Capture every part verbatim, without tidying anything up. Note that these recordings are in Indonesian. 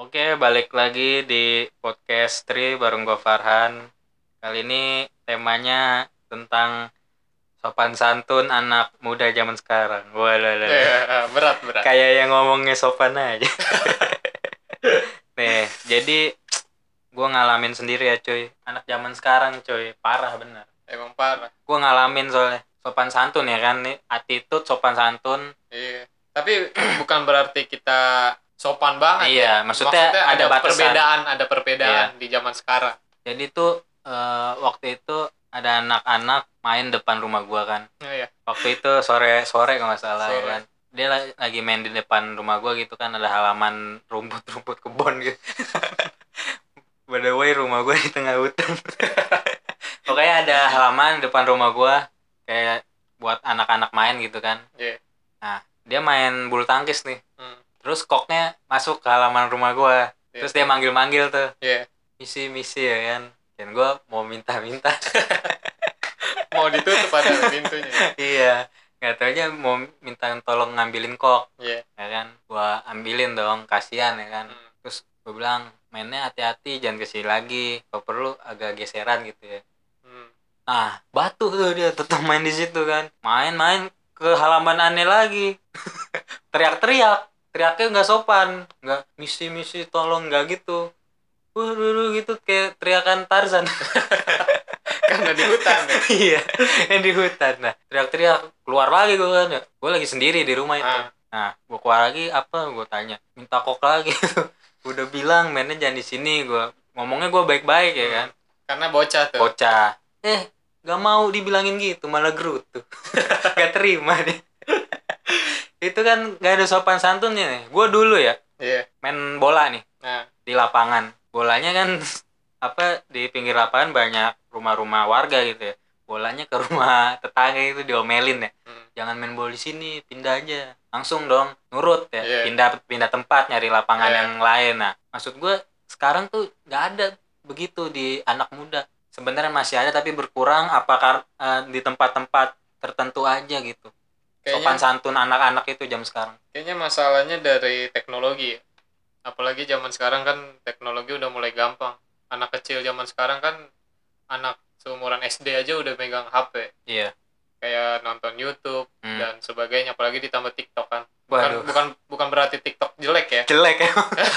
Oke, balik lagi di podcast Tri bareng gue Farhan. Kali ini temanya tentang sopan santun anak muda zaman sekarang. Walah, Ya, berat berat. kayak yang ngomongnya sopan aja. Nih, jadi gue ngalamin sendiri ya cuy. Anak zaman sekarang cuy, parah bener. Emang parah. Gue ngalamin soalnya sopan santun ya kan nih, attitude sopan santun. Iya. Tapi bukan berarti kita sopan banget Iya, ya. maksudnya ada ada batasan. perbedaan, ada perbedaan Iya. di zaman sekarang. Jadi tuh eh, waktu itu ada anak-anak main depan rumah gua kan. Oh, iya. Waktu itu sore-sore kalau nggak salah ya Sore. kan. Dia la- lagi main di depan rumah gua gitu kan, ada halaman rumput-rumput kebon gitu. By the way, rumah gua di tengah hutan. Pokoknya ada halaman depan rumah gua kayak buat anak-anak main gitu kan. Iya. Nah, dia main bulu tangkis nih. Hmm. Terus koknya masuk ke halaman rumah gua. Iya. Terus dia manggil-manggil tuh. Iya. Misi-misi ya kan. Dan gua mau minta-minta. Mau ditutup ada pintunya. Iya, nggak taunya mau minta tolong ngambilin kok. Iya. Ya kan, gua ambilin dong, kasihan ya kan. Hmm. Terus gua bilang mainnya hati-hati, jangan kesini lagi, kalau perlu agak geseran gitu ya. Hmm. Nah, batu tuh dia tetap main di situ kan, main-main ke halaman aneh lagi. Teriak-teriak, teriaknya nggak sopan, nggak misi-misi tolong, nggak gitu. Waduh gitu kayak teriakan Tarzan. Karena di hutan ya. Iya, yang di hutan. Nah, teriak-teriak keluar lagi gue kan. Gue lagi sendiri di rumah itu. Ah. Nah, gue keluar lagi apa? Gue tanya, minta kok lagi. Udah bilang mainnya jangan di sini. Gue ngomongnya gue baik-baik ya kan. Karena bocah tuh. Bocah. Eh, gak mau dibilangin gitu, malah gerutu. Gak terima dia. Itu kan gak ada sopan santunnya nih. Gue dulu ya Iya. main bola nih Nah, di lapangan. Bolanya kan apa di pinggir lapangan banyak rumah-rumah warga gitu ya. Bolanya ke rumah tetangga itu diomelin ya. hmm. Jangan main bola di sini, pindah aja. Langsung dong, nurut ya. Yeah. Pindah pindah tempat, nyari lapangan Yeah. yang lain. Nah, maksud gue sekarang tuh nggak ada begitu di anak muda. Sebenarnya masih ada tapi berkurang apakah uh, di tempat-tempat tertentu aja gitu. Kayaknya, sopan santun anak-anak itu jam sekarang. Kayaknya masalahnya dari teknologi ya. Apalagi zaman sekarang kan teknologi udah mulai gampang. Anak kecil zaman sekarang kan anak seumuran S D aja udah megang H P. Iya. Kayak nonton YouTube hmm. dan sebagainya, apalagi ditambah TikTok kan. Waduh. Bukan bukan bukan berarti TikTok jelek ya. Jelek ya.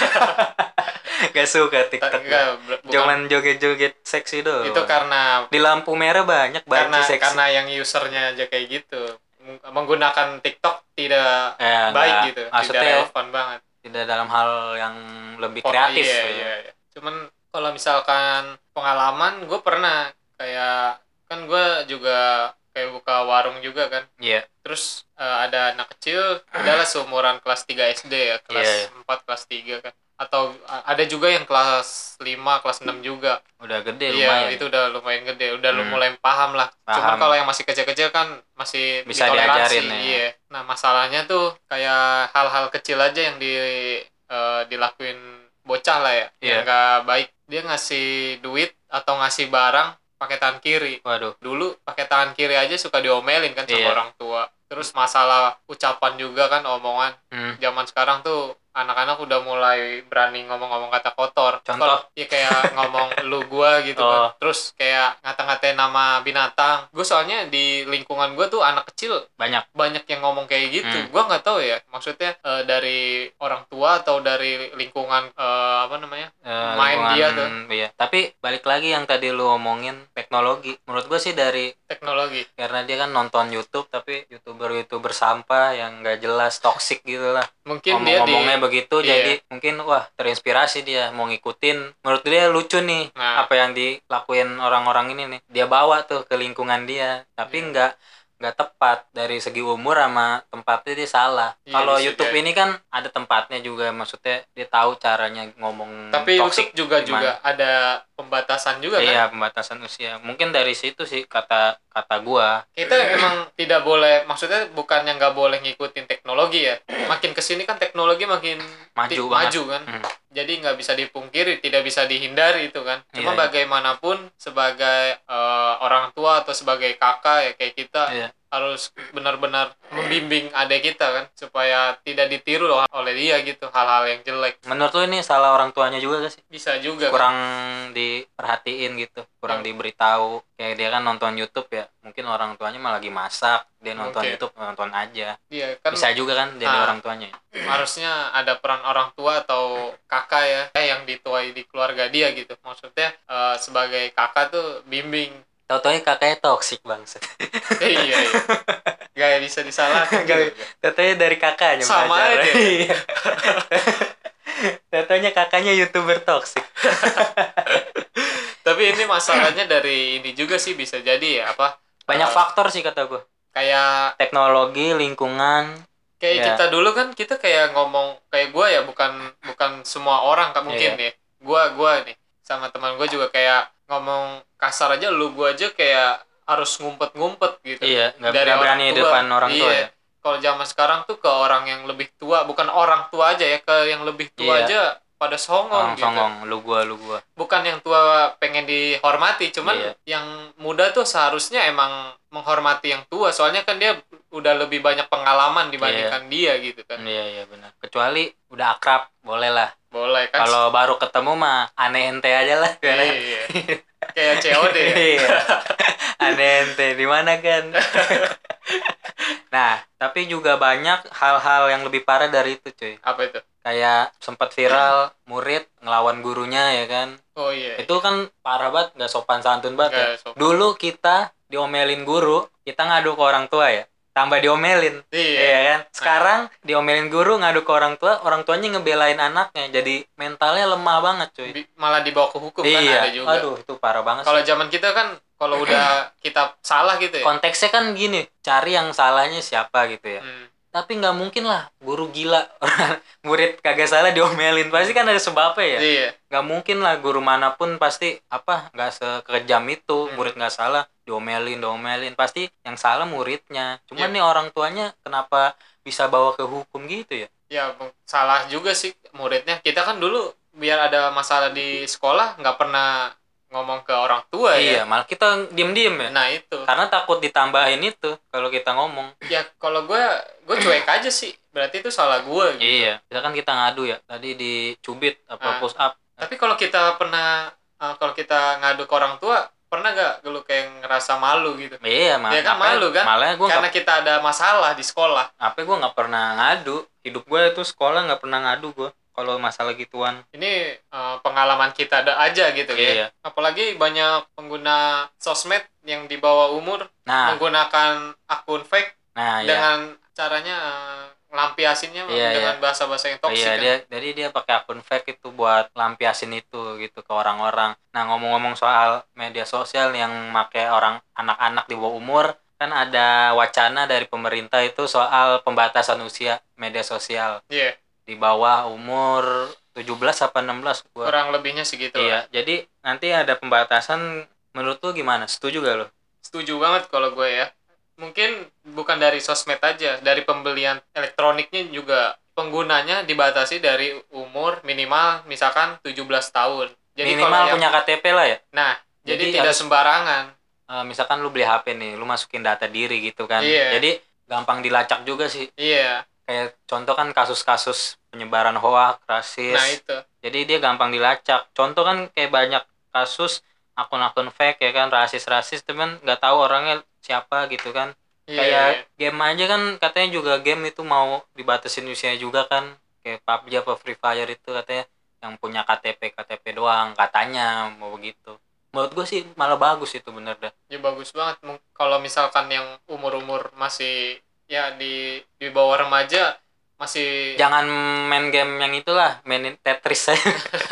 Gak suka TikTok. Enggak, cuman joget-joget seksi doang. Itu karena di lampu merah banyak banget karena, seksi. Karena yang usernya aja kayak gitu. Menggunakan TikTok tidak eh, baik enggak. gitu. Maksudnya, tidak relevan banget. Tidak dalam hal yang lebih Port, kreatif. Iya, ya. iya, iya. Cuman kalau misalkan pengalaman, gue pernah kayak kan gue juga kayak buka warung juga kan. Iya. Yeah. Terus uh, ada anak kecil, adalah seumuran kelas tiga S D ya, kelas yeah. empat, kelas tiga kan. Atau uh, ada juga yang kelas lima, kelas enam juga. Udah gede iya, lumayan. Iya, itu udah lumayan gede, udah hmm. mulai paham lah. Paham. Cuman kalau yang masih kecil-kecil kan masih bisa diajarin ya. Iya. Nah, masalahnya tuh kayak hal-hal kecil aja yang di uh, dilakuin bocah lah ya, yeah. yang gak baik. Dia ngasih duit atau ngasih barang pakai tangan kiri. Waduh. Dulu pakai tangan kiri aja suka diomelin kan sama yeah. orang tua. Terus masalah ucapan juga kan, omongan. Hmm. Zaman sekarang tuh anak-anak udah mulai berani ngomong-ngomong kata kotor. Contoh? Iya kayak ngomong lu gua gitu oh. kan. Terus kayak ngata-ngatain nama binatang. Gue soalnya di lingkungan gue tuh anak kecil banyak banyak yang ngomong kayak gitu. Hmm. Gue nggak tahu ya. Maksudnya uh, dari orang tua atau dari lingkungan uh, apa namanya uh, main dia tuh. Iya. Tapi balik lagi yang tadi lu omongin teknologi. Menurut gue sih dari teknologi. Karena dia kan nonton YouTube tapi youtuber-youtuber sampah yang nggak jelas, toksik gitu lah. Mungkin ngomong-ngomongnya dia di... begitu iya. Jadi mungkin wah terinspirasi dia mau ngikutin. Menurut dia lucu nih nah. apa yang dilakuin orang-orang ini nih. Dia bawa tuh ke lingkungan dia. Tapi yeah. nggak nggak tepat dari segi umur sama tempatnya dia salah. Yeah, kalau YouTube ini kan ada tempatnya juga, maksudnya dia tahu caranya ngomong. Tapi toxic YouTube juga gimana. juga ada pembatasan juga kan? Iya, pembatasan usia. Mungkin dari situ sih kata kata gua. Kita emang tidak boleh, maksudnya bukan yang nggak boleh ngikutin teknologi ya. Makin kesini kan teknologi makin maju ti- banget. maju kan. Hmm. jadi nggak bisa dipungkiri, tidak bisa dihindari itu kan. Cuma Iya, iya. bagaimanapun sebagai uh, orang tua atau sebagai kakak ya kayak kita Iya. harus benar-benar membimbing adik kita kan supaya tidak ditiru oleh dia gitu hal-hal yang jelek. Menurut lu ini salah orang tuanya juga gak sih? Bisa juga Kurang kan? diperhatiin gitu, kurang Ya. diberitahu. Kayak dia kan nonton YouTube ya, mungkin orang tuanya malah lagi masak, dia nonton Mungkin. YouTube, nonton aja. Iya kan. Bisa juga kan jadi Nah, orang tuanya ya? harusnya ada peran orang tua atau kakak ya yang dituai di keluarga dia gitu. Maksudnya uh, sebagai kakak tuh bimbing. Tau-taunya kakaknya toksik banget. Eh, iya iya. Gak bisa disalahkan gitu. Tau-taunya dari kakaknya sama belajar. aja. Iya. Tau-taunya kakaknya YouTuber toksik. Tapi ini masalahnya dari ini juga sih bisa jadi ya apa? Banyak uh, faktor sih kata gue. Kayak teknologi, lingkungan. kayak Ya. kita dulu kan kita kayak ngomong kayak gue ya bukan bukan semua orang kan mungkin Iya. ya. Gue gue nih sama teman gue juga kayak ngomong kasar aja lu gue aja kayak harus ngumpet-ngumpet gitu. Iya, nggak Dari nggak berani orang tua. depan orang tua Iya. ya. Kalau zaman sekarang tuh ke orang yang lebih tua, bukan orang tua aja ya, ke yang lebih tua Iya. aja pada songong Orang gitu. songong, lu gua lu gua. Bukan yang tua pengen dihormati, cuman Iya. yang muda tuh seharusnya emang menghormati yang tua, soalnya kan dia udah lebih banyak pengalaman dibandingkan dia gitu kan. Iya iya benar. Kecuali udah akrab, boleh lah. Boleh kan. Kalau baru ketemu mah aneh ente aja lah. Iya. Kayak C O D ya. Iya. Aneh ente di mana kan? Nah, tapi juga banyak hal-hal yang lebih parah dari itu, cuy. Apa itu? Kayak sempat viral murid ngelawan gurunya ya kan. Oh iya. Itu kan parah banget, nggak sopan santun banget ya. Nggak sopan. Dulu kita diomelin guru, kita ngadu ke orang tua ya. Tambah diomelin. Iya. Iya kan? Sekarang diomelin guru, ngadu ke orang tua, orang tuanya ngebelain anaknya. Jadi mentalnya lemah banget, cuy. Bi- Malah dibawa ke hukum Iya. kan ada juga. Aduh, itu parah banget Kalau sih. zaman kita kan kalau udah kita salah gitu ya. Konteksnya kan gini, cari yang salahnya siapa gitu ya. Hmm. Tapi nggak mungkin lah guru gila murid kagak salah diomelin, pasti kan ada sebabnya ya. Iya. Nggak mungkin lah guru manapun pasti apa nggak sekejam itu. Hmm. Murid nggak salah diomelin diomelin, pasti yang salah muridnya. Cuman Iya. nih orang tuanya kenapa bisa bawa ke hukum gitu ya? Ya salah juga sih muridnya. Kita kan dulu biar ada masalah di sekolah nggak pernah ngomong ke orang tua Iya, ya. malah kita diem-diem ya. Nah itu. Karena takut ditambahin itu kalau kita ngomong. Ya kalau gue gue cuek aja sih. Berarti itu salah gue. Gitu. Iya, misalkan kita ngadu ya, tadi dicubit apa Nah. push up. Tapi kalau kita pernah uh, kalau kita ngadu ke orang tua, pernah nggak lu kayak ngerasa malu gitu? Iya, malah Ya kan malu kan? Malah gue Karena kita ada masalah di sekolah. apa gue nggak pernah ngadu. Hidup gue itu sekolah nggak pernah ngadu gue kalau masalah gituan. Ini uh, pengalaman kita ada aja gitu Iya. ya. Apalagi banyak pengguna sosmed yang di bawah umur Nah, menggunakan akun fake nah ya. dengan caranya uh, lampiasinnya Iya, dengan bahasa-bahasa yang toksik. Iya, kan? dia jadi dia pakai akun fake itu buat lampiasin itu gitu ke orang-orang. Nah, ngomong-ngomong soal media sosial yang make orang anak-anak di bawah umur, kan ada wacana dari pemerintah itu soal pembatasan usia media sosial. Iya. Di bawah umur tujuh belas apa enam belas gua. Kurang lebihnya segitu. Iya, lah. jadi nanti ada pembatasan. Menurut lu gimana? Setuju gak lu? Setuju banget kalau gue ya. Mungkin bukan dari sosmed aja, dari pembelian elektroniknya juga penggunanya dibatasi dari umur minimal misalkan tujuh belas tahun. Jadi Minimal kalau yang, punya K T P lah ya. Nah, jadi, Jadi tidak harus- sembarangan. Uh, misalkan lu beli H P nih, lu masukin data diri gitu kan. Iya. Jadi gampang dilacak juga sih. Iya. Kayak contoh kan kasus-kasus penyebaran hoax, rasis. Nah, itu. Jadi dia gampang dilacak. Contoh kan kayak banyak kasus akun-akun fake ya kan, rasis-rasis teman nggak tahu orangnya siapa gitu kan. Iya, Kayak iya. game aja kan katanya juga game itu mau dibatasin usianya juga kan. Kayak P U B G apa Free Fire itu katanya yang punya K T P K T P doang katanya mau begitu. Menurut gue sih malah bagus itu bener dah. Ya bagus banget. Mung- Kalau misalkan yang umur-umur masih ya di di bawah remaja masih Jangan main game yang itulah, mainin Tetris aja.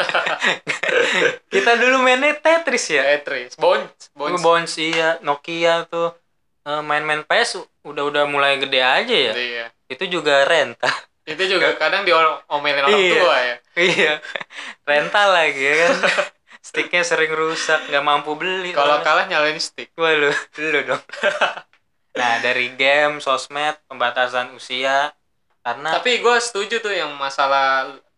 Kita dulu mainnya Tetris ya. Tetris, Bones, Bones. Bones iya, Nokia tuh. Eh, main-main P S udah-udah mulai gede aja ya. Iya. Itu juga rental. Itu juga kadang diomelin orang Iya. tua ya. Iya. Rental lagi ya kan. Sticknya sering rusak, nggak mampu beli. Kalau orang. kalah nyalain stick. Wah lu, lu dong. Nah dari game, sosmed, pembatasan usia, karena Tapi gue setuju tuh yang masalah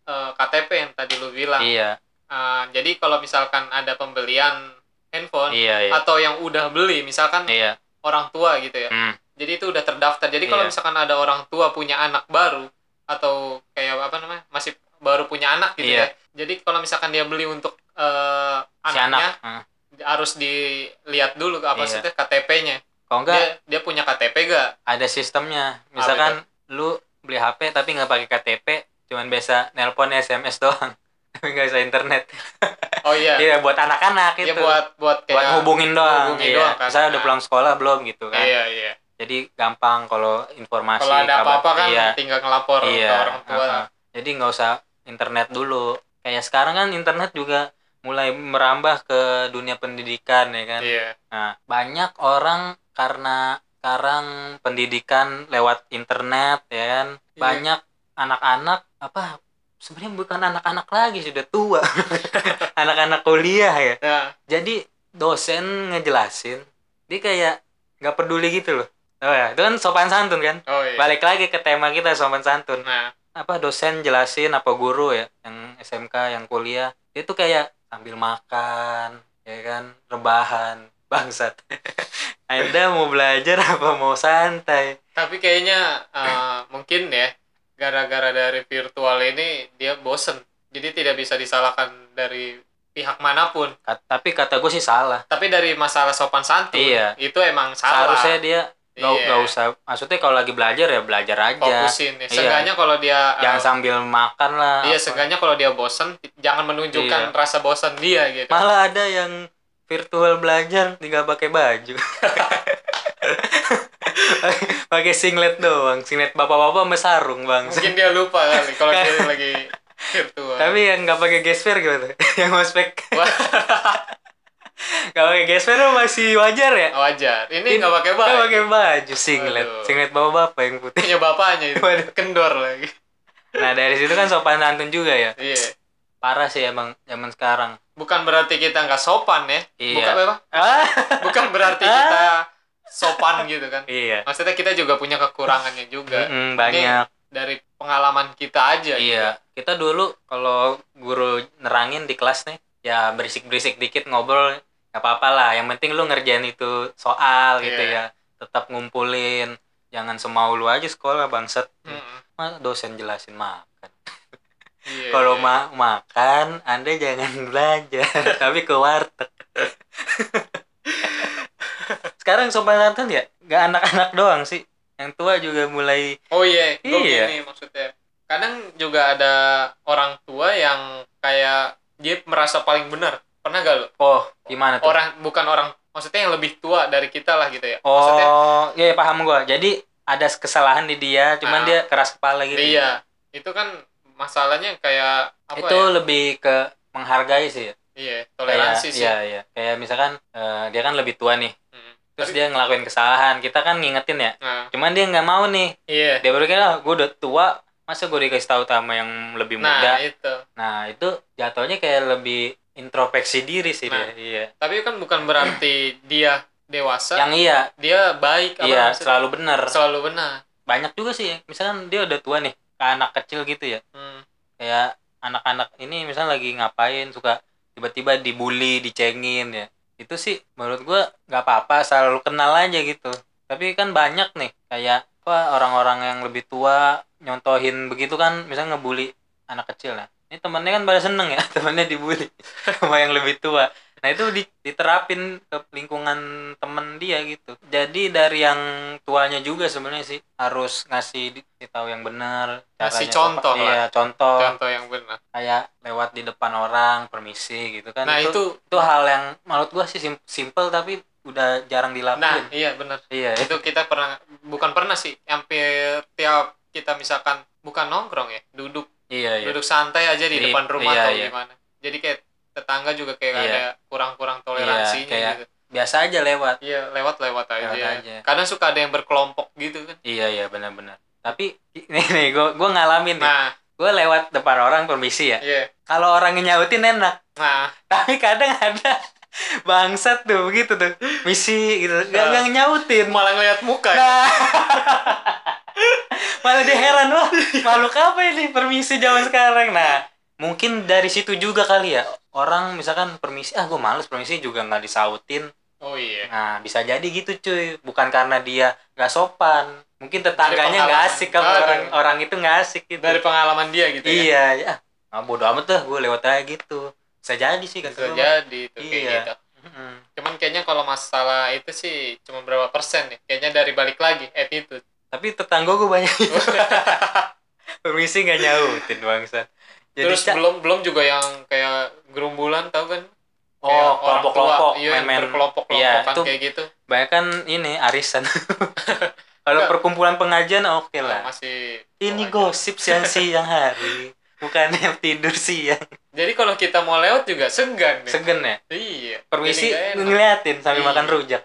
uh, K T P yang tadi lu bilang. Iya. Uh, jadi kalau misalkan ada pembelian handphone iya, iya. atau yang udah beli, misalkan iya. orang tua gitu ya. Hmm. Jadi itu udah terdaftar. Jadi kalau iya. misalkan ada orang tua punya anak baru atau kayak apa namanya masih baru punya anak gitu iya. ya. Jadi kalau misalkan dia beli untuk uh, si anaknya anak. Hmm. harus dilihat dulu apa iya. sih K T P-nya. Kalau enggak dia, dia punya K T P gak? Ada sistemnya. Misalkan lu beli H P tapi nggak pakai K T P, cuman biasa nelpon S M S doang. Tapi nggak bisa internet. Oh iya. Iya buat anak-anak itu. Iya buat buat kayak buat hubungin doang. Hubungin iya. doang kan. Misalnya udah pulang sekolah belum gitu kan. Iya iya. Jadi gampang kalau informasi. Kalau ada apa-apa kan iya. tinggal ngelapor iya. ke orang tua. Uh-huh. Jadi nggak usah internet dulu. Kayak sekarang kan internet juga mulai merambah ke dunia pendidikan ya kan. Iya. Nah banyak orang karena sekarang pendidikan lewat internet ya kan. Iya. Banyak anak-anak apa sebenarnya bukan anak-anak lagi sudah tua. Anak-anak kuliah ya. ya. Jadi dosen ngejelasin dia kayak nggak peduli gitu loh. Oh ya, itu kan sopan santun kan. Oh, iya. Balik lagi ke tema kita sopan santun. Nah, apa dosen jelasin apa guru ya yang S M K yang kuliah itu kayak sambil makan ya kan rebahan bangsat. Anda mau belajar apa mau santai? Tapi kayaknya uh, mungkin ya gara-gara dari virtual ini dia bosen. Jadi tidak bisa disalahkan dari pihak manapun. Kat, tapi kata gue sih salah. Tapi dari masalah sopan santun iya. itu emang salah. Seharusnya dia gak, iya. gak usah. Maksudnya kalau lagi belajar ya belajar aja. Fokusin ya. Seenggaknya iya. kalau dia jangan uh, sambil makan lah. Iya, seenggaknya kalau dia bosen jangan menunjukkan iya. rasa bosan dia gitu. Malah ada yang virtual belajar tinggal pakai baju. Pakai singlet doang, singlet bapak-bapak sama sarung bang. Mungkin dia lupa kali kalau dia lagi virtual. Tapi yang nggak pakai gesper gimana? Yang ospek. Nggak pakai gesper masih wajar ya? Wajar. Ini nggak pakai baju. Nggak pakai baju singlet, Aduh. Singlet bapak-bapak yang putih. Punya bapaknya itu. Kendor lagi. Nah dari situ kan sopan santun juga ya. Iya. Parah sih emang zaman sekarang. Bukan berarti kita nggak sopan ya. Iya. Bukan apa? Bukan berarti kita sopan gitu kan. Iya. Maksudnya kita juga punya kekurangannya juga. Mm-hmm, banyak. Ini dari pengalaman kita aja. Iya. Gitu. Kita dulu kalau guru nerangin di kelas nih, ya berisik-berisik dikit ngobrol, nggak apa-apa lah. Yang penting lu ngerjain itu soal gitu yeah. ya. Tetap ngumpulin. Jangan semau lu aja sekolah bangset. Mm-hmm. Dosen jelasin makan. Yeah, kalau yeah. ma- makan, Anda jangan belajar, tapi ke warteg. Sekarang sopan santun ya, gak anak-anak doang sih, yang tua juga mulai. Oh yeah. iya, iya. Gini maksudnya. Kadang juga ada orang tua yang kayak dia merasa paling benar. Pernah gak lo? Oh, gimana tuh? Orang bukan orang, maksudnya yang lebih tua dari kita lah gitu ya. Oh, maksudnya, iya paham gue. Jadi ada kesalahan di dia, cuman nah, dia keras kepala gitu. Iya, itu kan. Masalahnya kayak apa itu ya? Lebih ke menghargai sih ya. Iya, toleransi kayak, sih. Iya, iya. Kayak misalkan uh, dia kan lebih tua nih. Hmm. Terus Tapi, dia ngelakuin kesalahan. Kita kan ngingetin ya. Nah. Cuman dia nggak mau nih. Iya. Dia berpikir, ah, gue udah tua, masa gue dikasih tahu sama yang lebih muda. Nah, itu. Nah, itu jatuhnya kayak lebih introspeksi diri sih nah, dia. Iya. Tapi kan bukan berarti dia dewasa. Yang iya. Dia baik. Iya, selalu benar. Selalu benar. Banyak juga sih. Misalkan dia udah tua nih. Ke anak kecil gitu ya. Hmm. Kayak anak-anak ini misalnya lagi ngapain suka tiba-tiba dibully, dicengin ya. Itu sih menurut gue nggak apa-apa, selalu kenal aja gitu. Tapi kan banyak nih kayak apa orang-orang yang lebih tua nyontohin begitu kan, misalnya ngebully anak kecil lah. Ini temennya kan pada seneng ya, temennya dibully sama yang lebih tua. Nah itu diterapin ke lingkungan temen dia gitu. Jadi dari yang tuanya juga sebenarnya sih harus ngasih tahu yang benar. Ngasih contoh lah. Iya, contoh. Contoh yang benar. Kayak lewat di depan orang, permisi gitu kan. Nah itu itu, itu hal yang menurut gua sih simple tapi udah jarang dilakuin. Nah iya benar. Iya. Itu kita pernah, bukan pernah sih, hampir tiap kita misalkan bukan nongkrong ya, duduk. Iya, iya. Duduk santai aja di, di depan rumah iya, atau iya. gimana. Jadi kayak tetangga juga kayak iya. ada kurang-kurang toleransinya iya, kayak gitu. Biasa aja lewat. Iya, lewat-lewat aja. Lewat aja. Kadang suka ada yang berkelompok gitu kan. Iya, iya benar-benar. Tapi nih nih gue gue ngalamin nih. Nah, gue lewat depan orang permisi ya. Iya. Kalau orangnya nyautin enak. Nah, tapi kadang ada bangsat tuh begitu tuh. Misi gitu. Gak nah. nyautin, malah ngeliat muka. Nah. Malah dia heran, wah makhluk apa ini permisi zaman sekarang. Nah mungkin dari situ juga kali ya, orang misalkan permisi, ah gue males permisi juga nggak disautin. Oh iya. Nah bisa jadi gitu cuy, bukan karena dia nggak sopan, mungkin tetangganya nggak asik kalau Aduh. orang orang itu nggak asik gitu. Dari pengalaman dia gitu ya. Iya ya, ah, bodo amat dah gue lewat aja gitu. Bisa jadi sih Bisa kata gue. jadi itu kayak Iya. gitu. Mm-mm. Cuman kayaknya kalau masalah itu sih cuma berapa persen ya. Kayaknya dari balik lagi attitude. Tapi tetangga gue banyak permisi nggak nyautin bangsa. Jadi Terus ca- belum belum juga yang kayak gerumbulan tau kan? oh Kayak orang kelompok-kelompok tua, iya, yang main-main. berkelompok-kelompokan Iya, itu kayak gitu. banyak kan ini arisan. Kalau Enggak. perkumpulan pengajian oke Nah, lah. masih Ini oh, gosip siang-siang hari, bukan yang tidur siang. jadi kalau kita mau lewat juga segan nih. Segen ya. Iya. Permisi Jadi nggak enak. ngeliatin sambil Iya. makan rujak.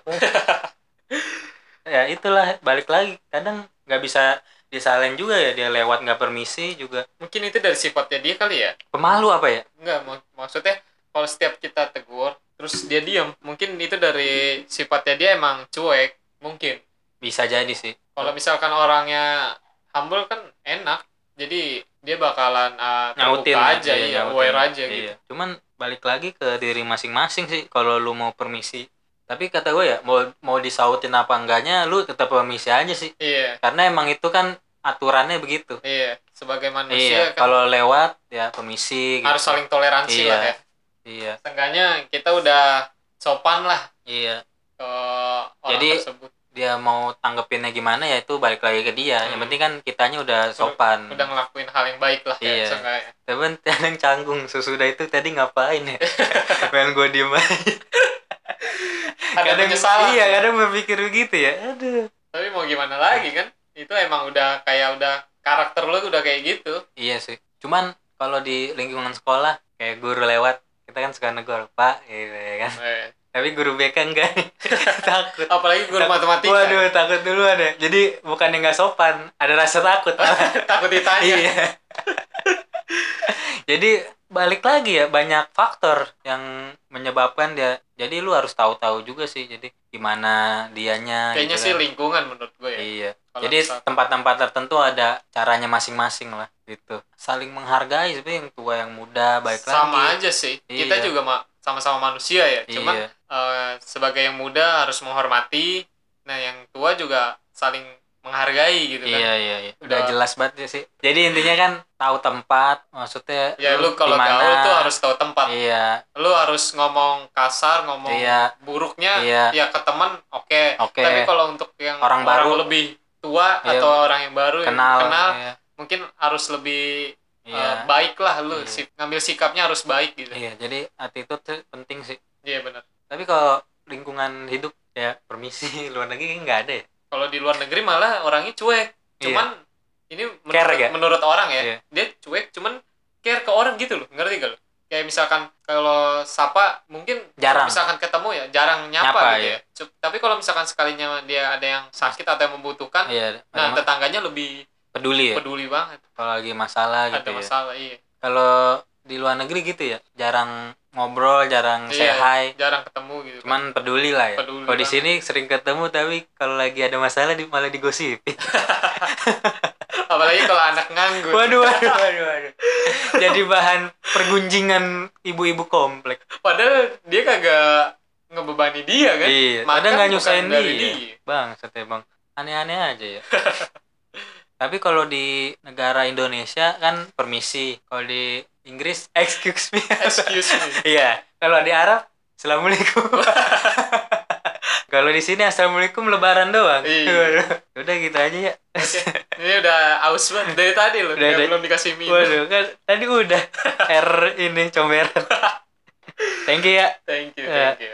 Ya itulah, balik lagi. Kadang nggak bisa disalahin juga ya, dia lewat nggak permisi juga. Mungkin itu dari sifatnya dia kali ya. Pemalu apa ya? Enggak, mak- maksudnya kalau setiap kita tegur terus dia diam, mungkin itu dari sifatnya dia emang cuek, mungkin. Bisa jadi sih. Kalau misalkan orangnya humble kan enak, jadi dia bakalan uh, Nyautin terbuka aja, iya, iya, nyautin. aware aja Iya. gitu. Cuman balik lagi ke diri masing-masing sih kalau lu mau permisi. Tapi kata gue ya, mau mau disautin apa enggaknya lu tetap permisi aja sih. Iya, Karena emang itu kan aturannya begitu. iya. Sebagai Iya, manusia kan kalau lewat ya permisi gitu. harus saling toleransi Iya. lah ya. Iya. Seenggaknya kita udah sopan lah Iya. ke orang Jadi, tersebut. Dia mau tanggepinnya gimana ya itu balik lagi ke dia. Hmm. Yang penting kan kitanya udah sopan. Udah ngelakuin hal yang baik lah ya, Iya. seenggaknya. Tapi kadang canggung, sesudah itu tadi ngapain ya? Pengen gue diem aja. Ada Kadang penyesalan. iya, kadang berpikir begitu ya. Aduh. Tapi mau gimana lagi kan? Itu emang udah kayak udah karakter lo udah kayak gitu. Iya sih. Cuman kalau di lingkungan sekolah kayak guru lewat, kita kan suka negor, Pak, gitu ya kan. Eh, Tapi guru B K enggak. Takut. apalagi guru Takut. matematika. Waduh, takut dulu ada. Jadi bukannya nggak sopan, ada rasa takut. Takut ditanya. Iya. Jadi balik lagi ya, banyak faktor yang menyebabkan dia. Jadi lu harus tahu-tahu juga sih. Jadi gimana dianya. Kayaknya gitu sih kan. lingkungan menurut gue ya. Iya. Kalau Jadi misalkan- tempat-tempat tertentu ada caranya masing-masing lah gitu. Saling menghargai sebenarnya, yang tua yang muda, baik lagi. sama aja sih. Kita Iya. juga ma- sama-sama manusia ya. Cuman Iya. eh, sebagai yang muda harus menghormati. Nah, yang tua juga saling menghargai gitu kan. Iya iya iya. Udah Udah. jelas banget ya sih. Jadi intinya kan tahu tempat, maksudnya Ya lu kalau dimana. gaul tuh harus tahu tempat. Iya. Lu harus ngomong kasar, ngomong Iya. buruknya Iya. ya ke teman oke. Oke. Tapi kalau untuk yang Orang baru. lebih tua Iya. atau orang yang baru yang Kenal. kenal Iya. mungkin harus lebih Iya. eh, baik lah lu Iya. sik- ngambil sikapnya harus baik gitu. Iya, jadi attitude tuh penting sih. Iya benar. Tapi kalau lingkungan hidup ya permisi, luar negeri nggak ada ya. Kalau di luar negeri malah orangnya cuek. Cuman ini menurut, Care ya? menurut orang ya, Iya. dia cuek cuman care ke orang gitu loh. Ngerti gak lo? Kayak misalkan kalau sapa mungkin Jarang. misalkan ketemu ya jarang nyapa, Nyapa, gitu iya. ya. Cu- Tapi kalau misalkan sekalinya dia ada yang sakit atau yang membutuhkan, Iya, nah memang tetangganya lebih peduli ya. peduli banget. Kalau lagi masalah Ada gitu ya. masalah, iya. Kalau di luar negeri gitu ya, jarang ngobrol, jarang say Iya, hi. jarang ketemu gitu. kan. Cuman peduli lah ya. Peduli Kalau di banget. sini sering ketemu tapi kalau lagi ada masalah di, malah digosipin. Apalagi kalau anak nganggur. Waduh, waduh, waduh, waduh. Jadi bahan pergunjingan ibu-ibu komplek. Padahal dia kagak ngebebani dia kan. Iya, Makan kadang nggak bukan nyusahin dari dia. Bang, sate bang. Aneh-aneh aja ya. Tapi kalau di negara Indonesia kan permisi. Kalau di Inggris, excuse me. Excuse me. Iya. Kalau di Arab, assalamualaikum. Kalau di sini assalamualaikum lebaran doang. Iya. Udah gitu aja ya. Oke. Ini udah aus banget dari tadi loh. Udah, Udah, udah. belum dikasih minum. Waduh, kan tadi udah R ini comberan. Thank you ya. Thank you, Ya. thank you.